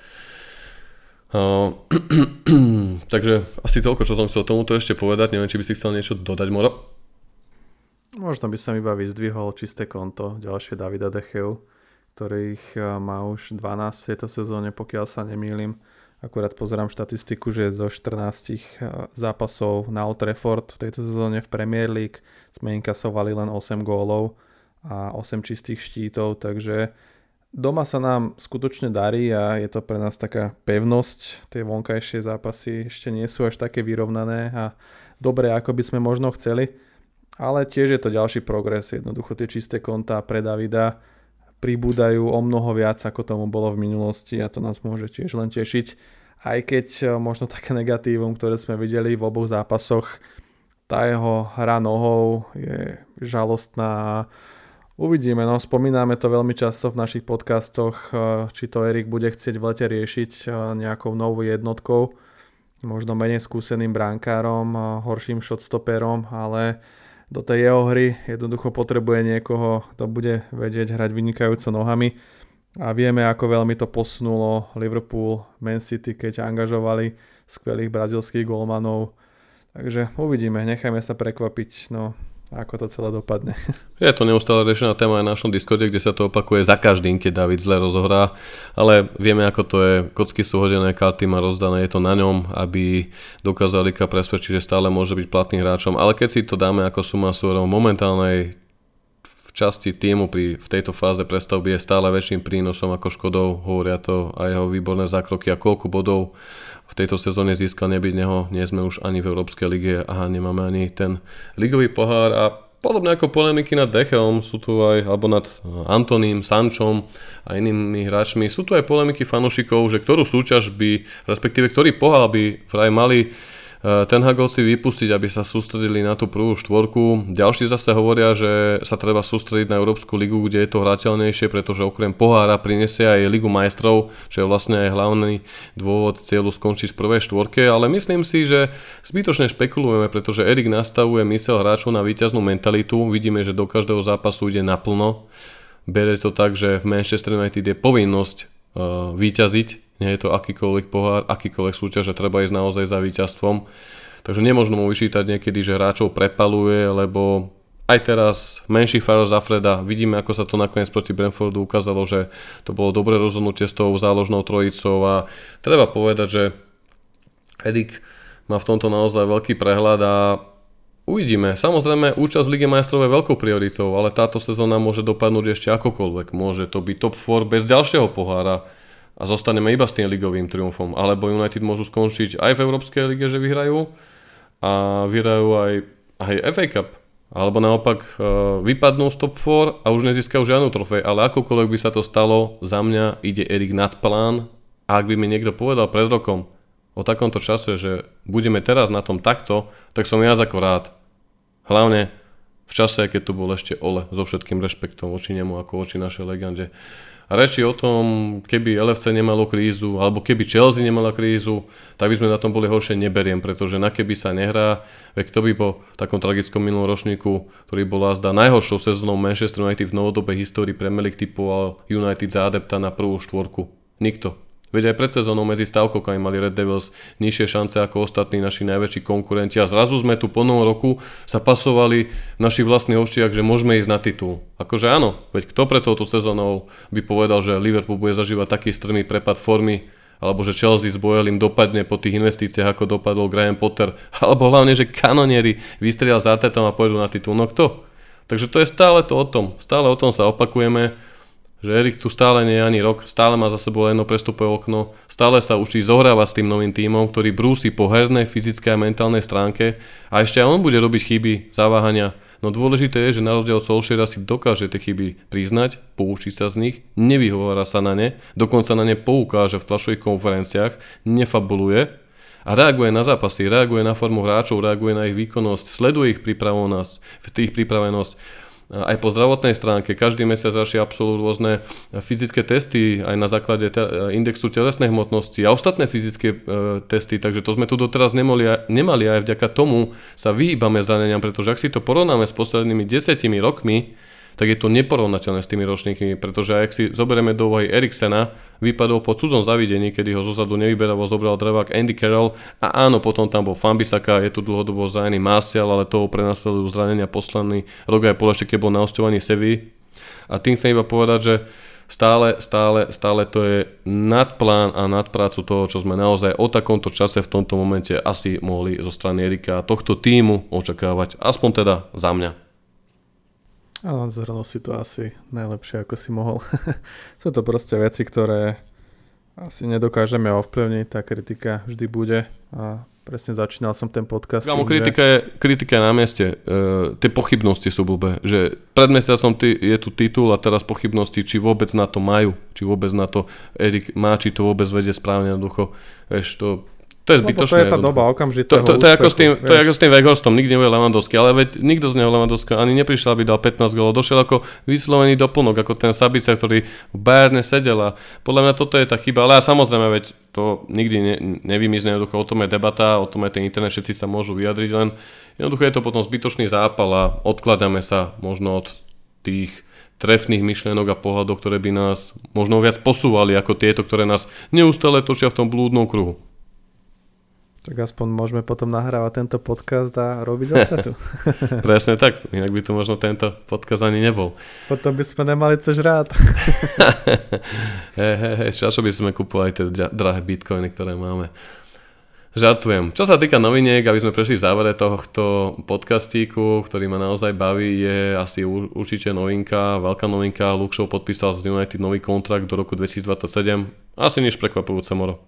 Takže asi toľko, čo som chcel tomuto ešte povedať. Neviem, či by si chcel niečo dodať, Moro? Možno by som iba vyzdvihol čisté konto ďalšie Davida De Geu, ktorých má už 12 v tejto sezóne, pokiaľ sa nemýlim. Akurát pozerám štatistiku, že zo 14 zápasov na Old Trafford v tejto sezóne v Premier League sme inkasovali len 8 gólov a 8 čistých štítov, takže doma sa nám skutočne darí a je to pre nás taká pevnosť. Tie vonkajšie zápasy ešte nie sú až také vyrovnané a dobré, ako by sme možno chceli, ale tiež je to ďalší progres. Jednoducho tie čisté kontá pre Davida pribúdajú o mnoho viac, ako tomu bolo v minulosti, a to nás môže tiež len tešiť. Aj keď možno také negatívum, ktoré sme videli v oboch zápasoch, tá jeho hra nohou je žalostná. Uvidíme, no spomíname to veľmi často v našich podcastoch, či to Erik bude chcieť v lete riešiť nejakou novou jednotkou, možno menej skúseným brankárom, horším shotstopperom, ale do tej jeho hry jednoducho potrebuje niekoho, kto bude vedieť hrať vynikajúco nohami, a vieme, ako veľmi to posunulo Liverpool, Man City, keď angažovali skvelých brazílskych golmanov. Takže uvidíme, nechajme sa prekvapiť. No, ako to celé dopadne. Je to neustále riešená téma aj na našom Discorde, kde sa to opakuje za každým, keď David zle rozohrá, ale vieme, ako to je. Kocky sú hodené, karty má rozdané, je to na ňom, aby dokázal Erika presvedčiť, že stále môže byť platným hráčom, ale keď si to dáme ako suma súrov momentálnej v časti týmu v tejto fáze prestavby je stále väčším prínosom ako škodou, hovoria to aj jeho výborné zákroky a koľko bodov v tejto sezóne získal, nebyť neho, nie sme už ani v Európskej lige a nemáme ani ten ligový pohár a podobne ako polemiky nad Decheom sú tu aj, alebo nad Antoním, Sančom a inými hráčmi, sú tu aj polemiky fanúšikov, že ktorú súťaž by, respektíve ktorý pohár by vraj mali Ten Hagovci vypustiť, aby sa sústredili na tú prvú štvorku. Ďalší zase hovoria, že sa treba sústrediť na Európsku ligu, kde je to hrateľnejšie, pretože okrem pohára prinesie aj Ligu majstrov, čo je vlastne aj hlavný dôvod cieľu skončiť v prvej štvorke, ale myslím si, že zbytočne špekulujeme, pretože Erik nastavuje myseľ hráčov na víťaznú mentalitu. Vidíme, že do každého zápasu ide naplno. Bere to tak, že v Manchester United je povinnosť víťaziť. Nie je to akýkoľvek pohár, akýkoľvek súťaž, že treba ísť naozaj za víťazstvom. Takže nemôžno mu vyčítať niekedy, že hráčov prepaluje, lebo aj teraz menší fár za Freda. Vidíme, ako sa to nakoniec proti Brentfordu ukázalo, že to bolo dobré rozhodnutie s tou záložnou trojicou a treba povedať, že Erik má v tomto naozaj veľký prehľad a uvidíme. Samozrejme, účasť v Lige majstrov je veľkou prioritou, ale táto sezóna môže dopadnúť ešte akokoľvek. Môže to byť top 4 bez ďalšieho pohára a zostaneme iba s tým ligovým triumfom. Alebo United môžu skončiť aj v Európskej lige, že vyhrajú a vyhrajú aj FA Cup. Alebo naopak vypadnú z top 4 a už nezískajú žiadnu trofej. Ale akokoľvek by sa to stalo, za mňa ide Erik nad plán. A ak by mi niekto povedal pred rokom o takomto čase, že budeme teraz na tom takto, tak som ja ako rád. Hlavne v čase, keď tu bol ešte Ole, so všetkým rešpektom voči nemu ako voči našej legende. A reči o tom, keby LFC nemalo krízu, alebo keby Chelsea nemala krízu, tak by sme na tom boli horšie, neberiem, pretože na keby sa nehrá, veď kto by po takom tragickom minulom ročníku, ktorý bola zdá najhoršou sezónou Manchester United v novodobej histórii Premier League, typoval United za adepta na prvú štvorku. Nikto. Veď aj pred sezónou medzi stavkovkami mali Red Devils nižšie šance ako ostatní naši najväčší konkurenti a zrazu sme tu po novom roku sa pasovali v našich vlastných očiach, že môžeme ísť na titul. Akože áno, veď kto pre touto sezónou by povedal, že Liverpool bude zažívať taký strmý prepad formy, alebo že Chelsea s Boyle im dopadne po tých investíciách, ako dopadol Graham Potter, alebo hlavne, že kanonieri vystrieľa s Artetom a pôjdu na titul. No kto? Takže to je stále to o tom. Stále o tom sa opakujeme. Že Erik tu stále nie je ani rok, stále má za sebou jedno prestupové okno, stále sa učí zohrávať s tým novým tímom, ktorý brúsi po hernej, fyzickej a mentálnej stránke a ešte aj on bude robiť chyby, zaváhania. No dôležité je, že na rozdiel od Solskjaera si dokáže tie chyby priznať, poučiť sa z nich, nevyhovára sa na ne, dokonca na ne poukáže v tlačových konferenciách, nefabuluje a reaguje na zápasy, reaguje na formu hráčov, reaguje na ich výkonnosť, sleduje ich pripravenosť. Aj po zdravotnej stránke, každý mesiac radšej absolvujú rôzne fyzické testy aj na základe indexu telesnej hmotnosti a ostatné fyzické testy, takže to sme tu doteraz nemali aj vďaka tomu sa vyhýbame zraneniam, pretože ak si to porovnáme s poslednými 10 rokmi, tak je to neporovnateľné s tými ročníkmi, pretože ak si zoberieme do úvahy Eriksena, vypadol po cudzom zavidení, kedy ho zozadu nevyberavo zobral drevák Andy Carroll a áno, potom tam bol Wan-Bissaka, je tu dlhodobo zranený Martial, ale toho prenasledujú zranenia posledný rok aj pol ešte, keď bol na hosťovaní Sevilla. A tým chcem iba povedať, že stále to je nadplán a nadprácu toho, čo sme naozaj o takomto čase v tomto momente asi mohli zo strany Erika a tohto tímu očakávať, aspoň teda za mňa. Ale zhrnul si to asi najlepšie, ako si mohol. Sú to proste veci, ktoré asi nedokážeme ovplyvniť, tá kritika vždy bude a presne začínal som ten podcast. Kámo, kritika je na mieste. Tie pochybnosti sú blbé, že pred mesiacom je tu titul a teraz pochybnosti, či vôbec na to majú, či vôbec na to Erik má, či to vôbec vedie správne jednoducho. Vieš, to je zbytočné. To je tá doba okamžitého úspechu. To je ako s tým Weghorstom, nikdy nebude Lewandowski, ale veď nikto z neho Lewandowska ani neprišiel, aby dal 15 gólov. Došiel ako vyslovený doplnok, ako ten Sabitzer, ktorý v Bayerne sedel a podľa mňa toto je tá chyba, ale samozrejme, veď to nikdy nevymizne, jednoducho o tom je debata, o tom je ten internet, všetci sa môžu vyjadriť, len jednoducho je to potom zbytočný zápal a odkladáme sa možno od tých trefných myšlienok a pohľadov, ktoré by nás možno viac posúvali ako tieto, ktoré nás neustále točia v tom blúdnom kruhu. Tak aspoň môžeme potom nahrávať tento podcast a robiť osvetu. Presne tak, inak by to možno tento podcast ani nebol. Potom by sme nemali co žrát. Čo by sme kúpovali tie drahé bitcoiny, ktoré máme. Žartujem. Čo sa týka noviniek, aby sme prešli v závere tohto podcastíku, ktorý ma naozaj baví, je asi určite novinka, veľká novinka. Luke Shaw podpísal z United nový kontrakt do roku 2027. Asi nič prekvapujúce, Moro.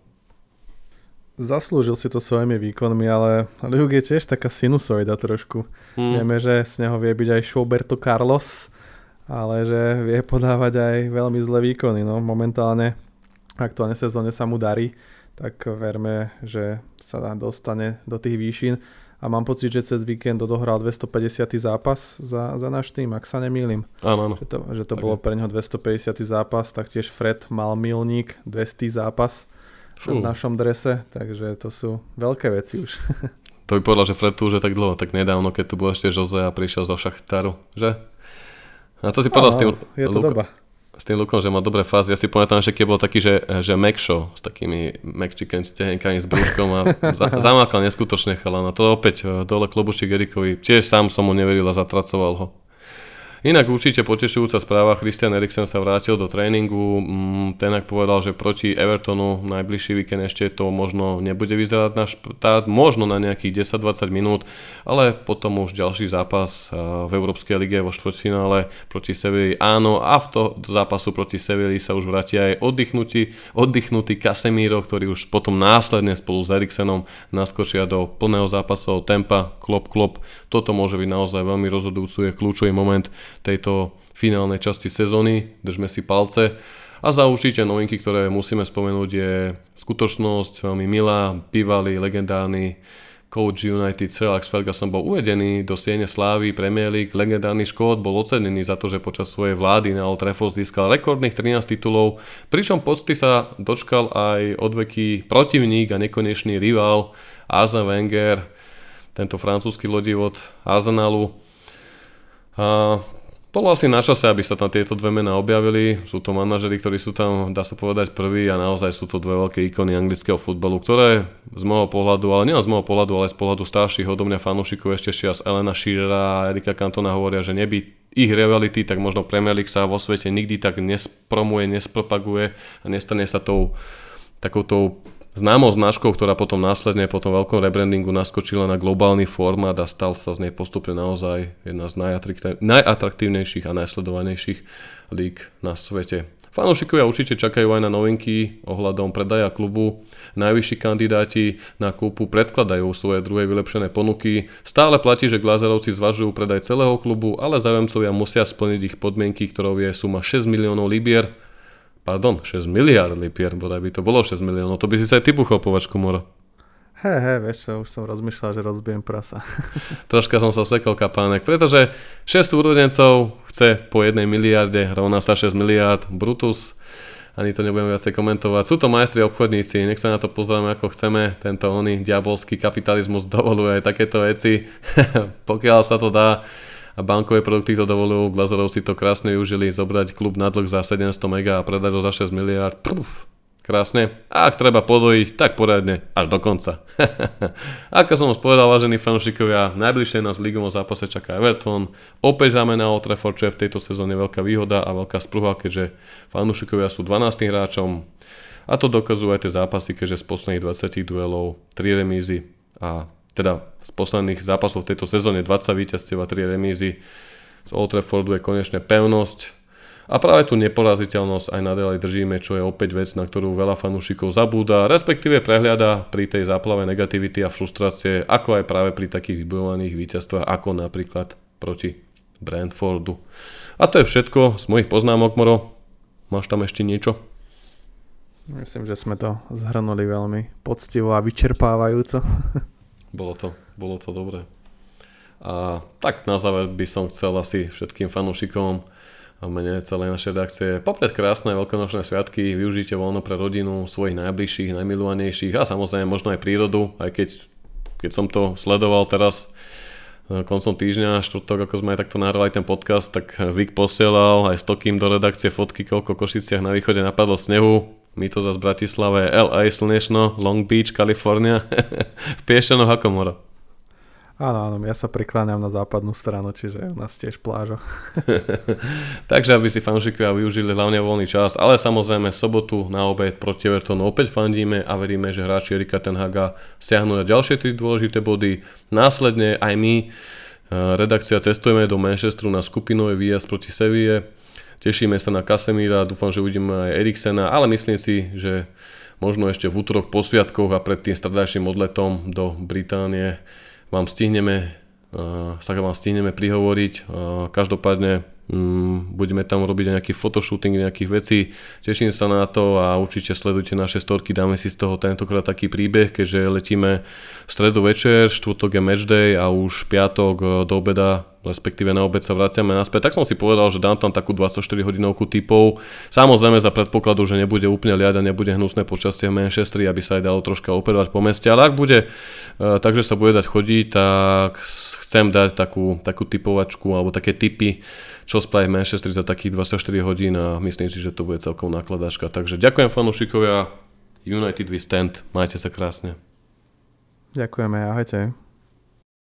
Zaslúžil si to svojimi výkonmi, ale Luke je tiež taká sinusoida trošku. Vieme, že z neho vie byť aj Roberto Carlos, ale že vie podávať aj veľmi zlé výkony. No, momentálne v aktuálnej sezóne sa mu darí, tak verme, že sa dostane do tých výšin. A mám pocit, že cez víkend odohral 250. zápas za náš tým, ak sa nemýlim. Áno. Že to bolo pre neho 250. zápas, taktiež Fred mal milník, 200. zápas v našom drese, takže to sú veľké veci už. To by povedal, že Fred tu už je tak dlho, tak nedávno, keď tu bol ešte Jose a prišiel zo Šachtaru, že? A to si povedal s tým Lukom, že má dobré fázy. Ja si pamätám, že keď bol taký, že McShaw s takými McChicken stehenkami s brúškom a zamákal neskutočne chalán. A to opäť dole klobučík Erikovi. Tiež sám som mu neveril a zatracoval ho. Inak určite potešujúca správa, Christian Eriksen sa vrátil do tréningu, Tenak povedal, že proti Evertonu najbližší víkend ešte to možno nebude vyzerať na štart, možno na nejakých 10-20 minút, ale potom už ďalší zápas v Európskej lige vo štvrťfinále proti Sevilli áno a do zápasu proti Sevilli sa už vráti aj oddychnutý Casemiro, ktorý už potom následne spolu s Eriksenom naskočia do plného zápasového tempa, klop, toto môže byť naozaj veľmi rozhodujúci, kľúčový moment tejto finálnej časti sezóny, držme si palce. A za určite novinky, ktoré musíme spomenúť, je skutočnosť veľmi milá, bývalý legendárny coach United Sir Alex Ferguson bol uvedený do siene slávy Premier League. Legendárny Škót bol ocenený za to, že počas svojej vlády na Old Trafford získal rekordných 13 titulov, pričom pocty sa dočkal aj odveký protivník a nekonečný rival Arsene Wenger, tento francúzsky lodivot Arsenalu. A bolo asi na čase, aby sa tam tieto dve mená objavili. Sú to manažeri, ktorí sú tam, dá sa povedať, prví a naozaj sú to dve veľké ikony anglického futbalu, ktoré z môjho pohľadu, ale nielen z môjho pohľadu, ale z pohľadu starších odo mňa fanúšikov ešte z Elena Shearera a Erika Cantona hovoria, že neby ich rivality, tak možno Premier League sa vo svete nikdy tak nespromuje, nespropaguje a nestane sa takoutou známou značkou, ktorá potom následne po tom veľkom rebrandingu naskočila na globálny formát a stal sa z nej postupne naozaj jedna z najatraktívnejších a najsledovanejších líg na svete. Fanúšikovia určite čakajú aj na novinky ohľadom predaja klubu. Najvyšší kandidáti na kúpu predkladajú svoje druhé vylepšené ponuky. Stále platí, že Glazerovci zvažujú predaj celého klubu, ale záujemcovia musia splniť ich podmienky, ktorou je suma 6 miliónov libier. 6 miliard lipier, bodaj by to bolo 6 miliónov, to by si sa aj ty buchol, Povačku, Moro. Vieš čo, už som rozmýšľal, že rozbijem prasa. Troška som sa sekol, kapánek, pretože 6 súrodencov chce po 1 miliarde, rovná sa 6 miliard, Brutus, ani to nebudem viacej komentovať. Sú to majstri obchodníci, nech sa na to pozrieme ako chceme, tento diabolský kapitalizmus dovoluje aj takéto veci, pokiaľ sa to dá. A bankové produkty to dovolujú, Glazerovci to krásne využili, zobrať klub na dlh za 700 mega a predať ho za 6 miliard. Krásne. A ak treba podojiť, tak poriadne, až do konca. Ako som už povedal, vážení fanúšikovia, najbližšie nás v ligovom zápase čaká Everton. Opäť hráme na Old Trafford, čo je v tejto sezóne veľká výhoda a veľká sprúha, keďže fanúšikovia sú 12. hráčom. A to dokazujú aj tie zápasy, keďže z posledných 20 duelov 3 remízy a teda z posledných zápasov v tejto sezóne 20 víťazstiev a 3 remízy. Z Old Traffordu je konečne pevnosť a práve tú neporaziteľnosť aj naďalej držíme, čo je opäť vec, na ktorú veľa fanúšikov zabúda, respektíve prehliada pri tej záplave negativity a frustrácie, ako aj práve pri takých vybojovaných víťazstvách, ako napríklad proti Brentfordu. A to je všetko z mojich poznámok, Moro. Máš tam ešte niečo? Myslím, že sme to zhrnuli veľmi poctivo a vyčerpávajúco. Bolo to dobré. A tak na záver by som chcel asi všetkým fanúšikom a mene celej našej redakcie popriať krásne veľkonočné sviatky, využite voľno pre rodinu, svojich najbližších, najmilovanejších a samozrejme možno aj prírodu, aj keď som to sledoval teraz koncom týždňa, štvrtok, ako sme aj takto nahrali ten podcast, tak Vik posielal aj s Tokým do redakcie fotky, koľko v Košiciach na východe napadlo snehu. My to zase v Bratislave, LA, slnečno, Long Beach, Kalifornia, v Piešťanoch ako moro. Áno, ja sa prikláňam na západnú stranu, čiže u nás tiež pláža. Takže aby si fanúšikovia využili hlavne voľný čas, ale samozrejme sobotu na obed proti Evertonu opäť fandíme a veríme, že hráči Erika ten Haga siahnu na ďalšie 3 dôležité body. Následne aj my, redakcia, cestujeme do Manchesteru na skupinový výjazd proti Seville. Tešíme sa na Casemira, dúfam, že uvidíme aj Eriksena, ale myslím si, že možno ešte v útorok po sviatkoch a pred tým stredajším odletom do Británie vám stihneme prihovoriť. Každopádne budeme tam robiť nejaký photoshooting nejakých vecí. Teším sa na to a určite sledujte naše storky. Dáme si z toho tentokrát taký príbeh, keďže letíme v stredu večer, štvrtok je matchday a už piatok do obeda, respektíve na obed sa vraciame naspäť. Tak som si povedal, že dám tam takú 24 hodinovku tipov. Samozrejme za predpokladu, že nebude úplne liať a nebude hnusné počasie v Manchesteri, aby sa aj dalo troška operovať po meste. Ale ak bude, takže sa bude dať chodiť, tak chcem dať takú typovačku alebo také tipy, čo spraviť v Manchesteri za takých 24 hodín a myslím si, že to bude celkom nakladačka. Takže ďakujem fanúšikovia, United we stand, majte sa krásne. Ďakujeme, ahojte.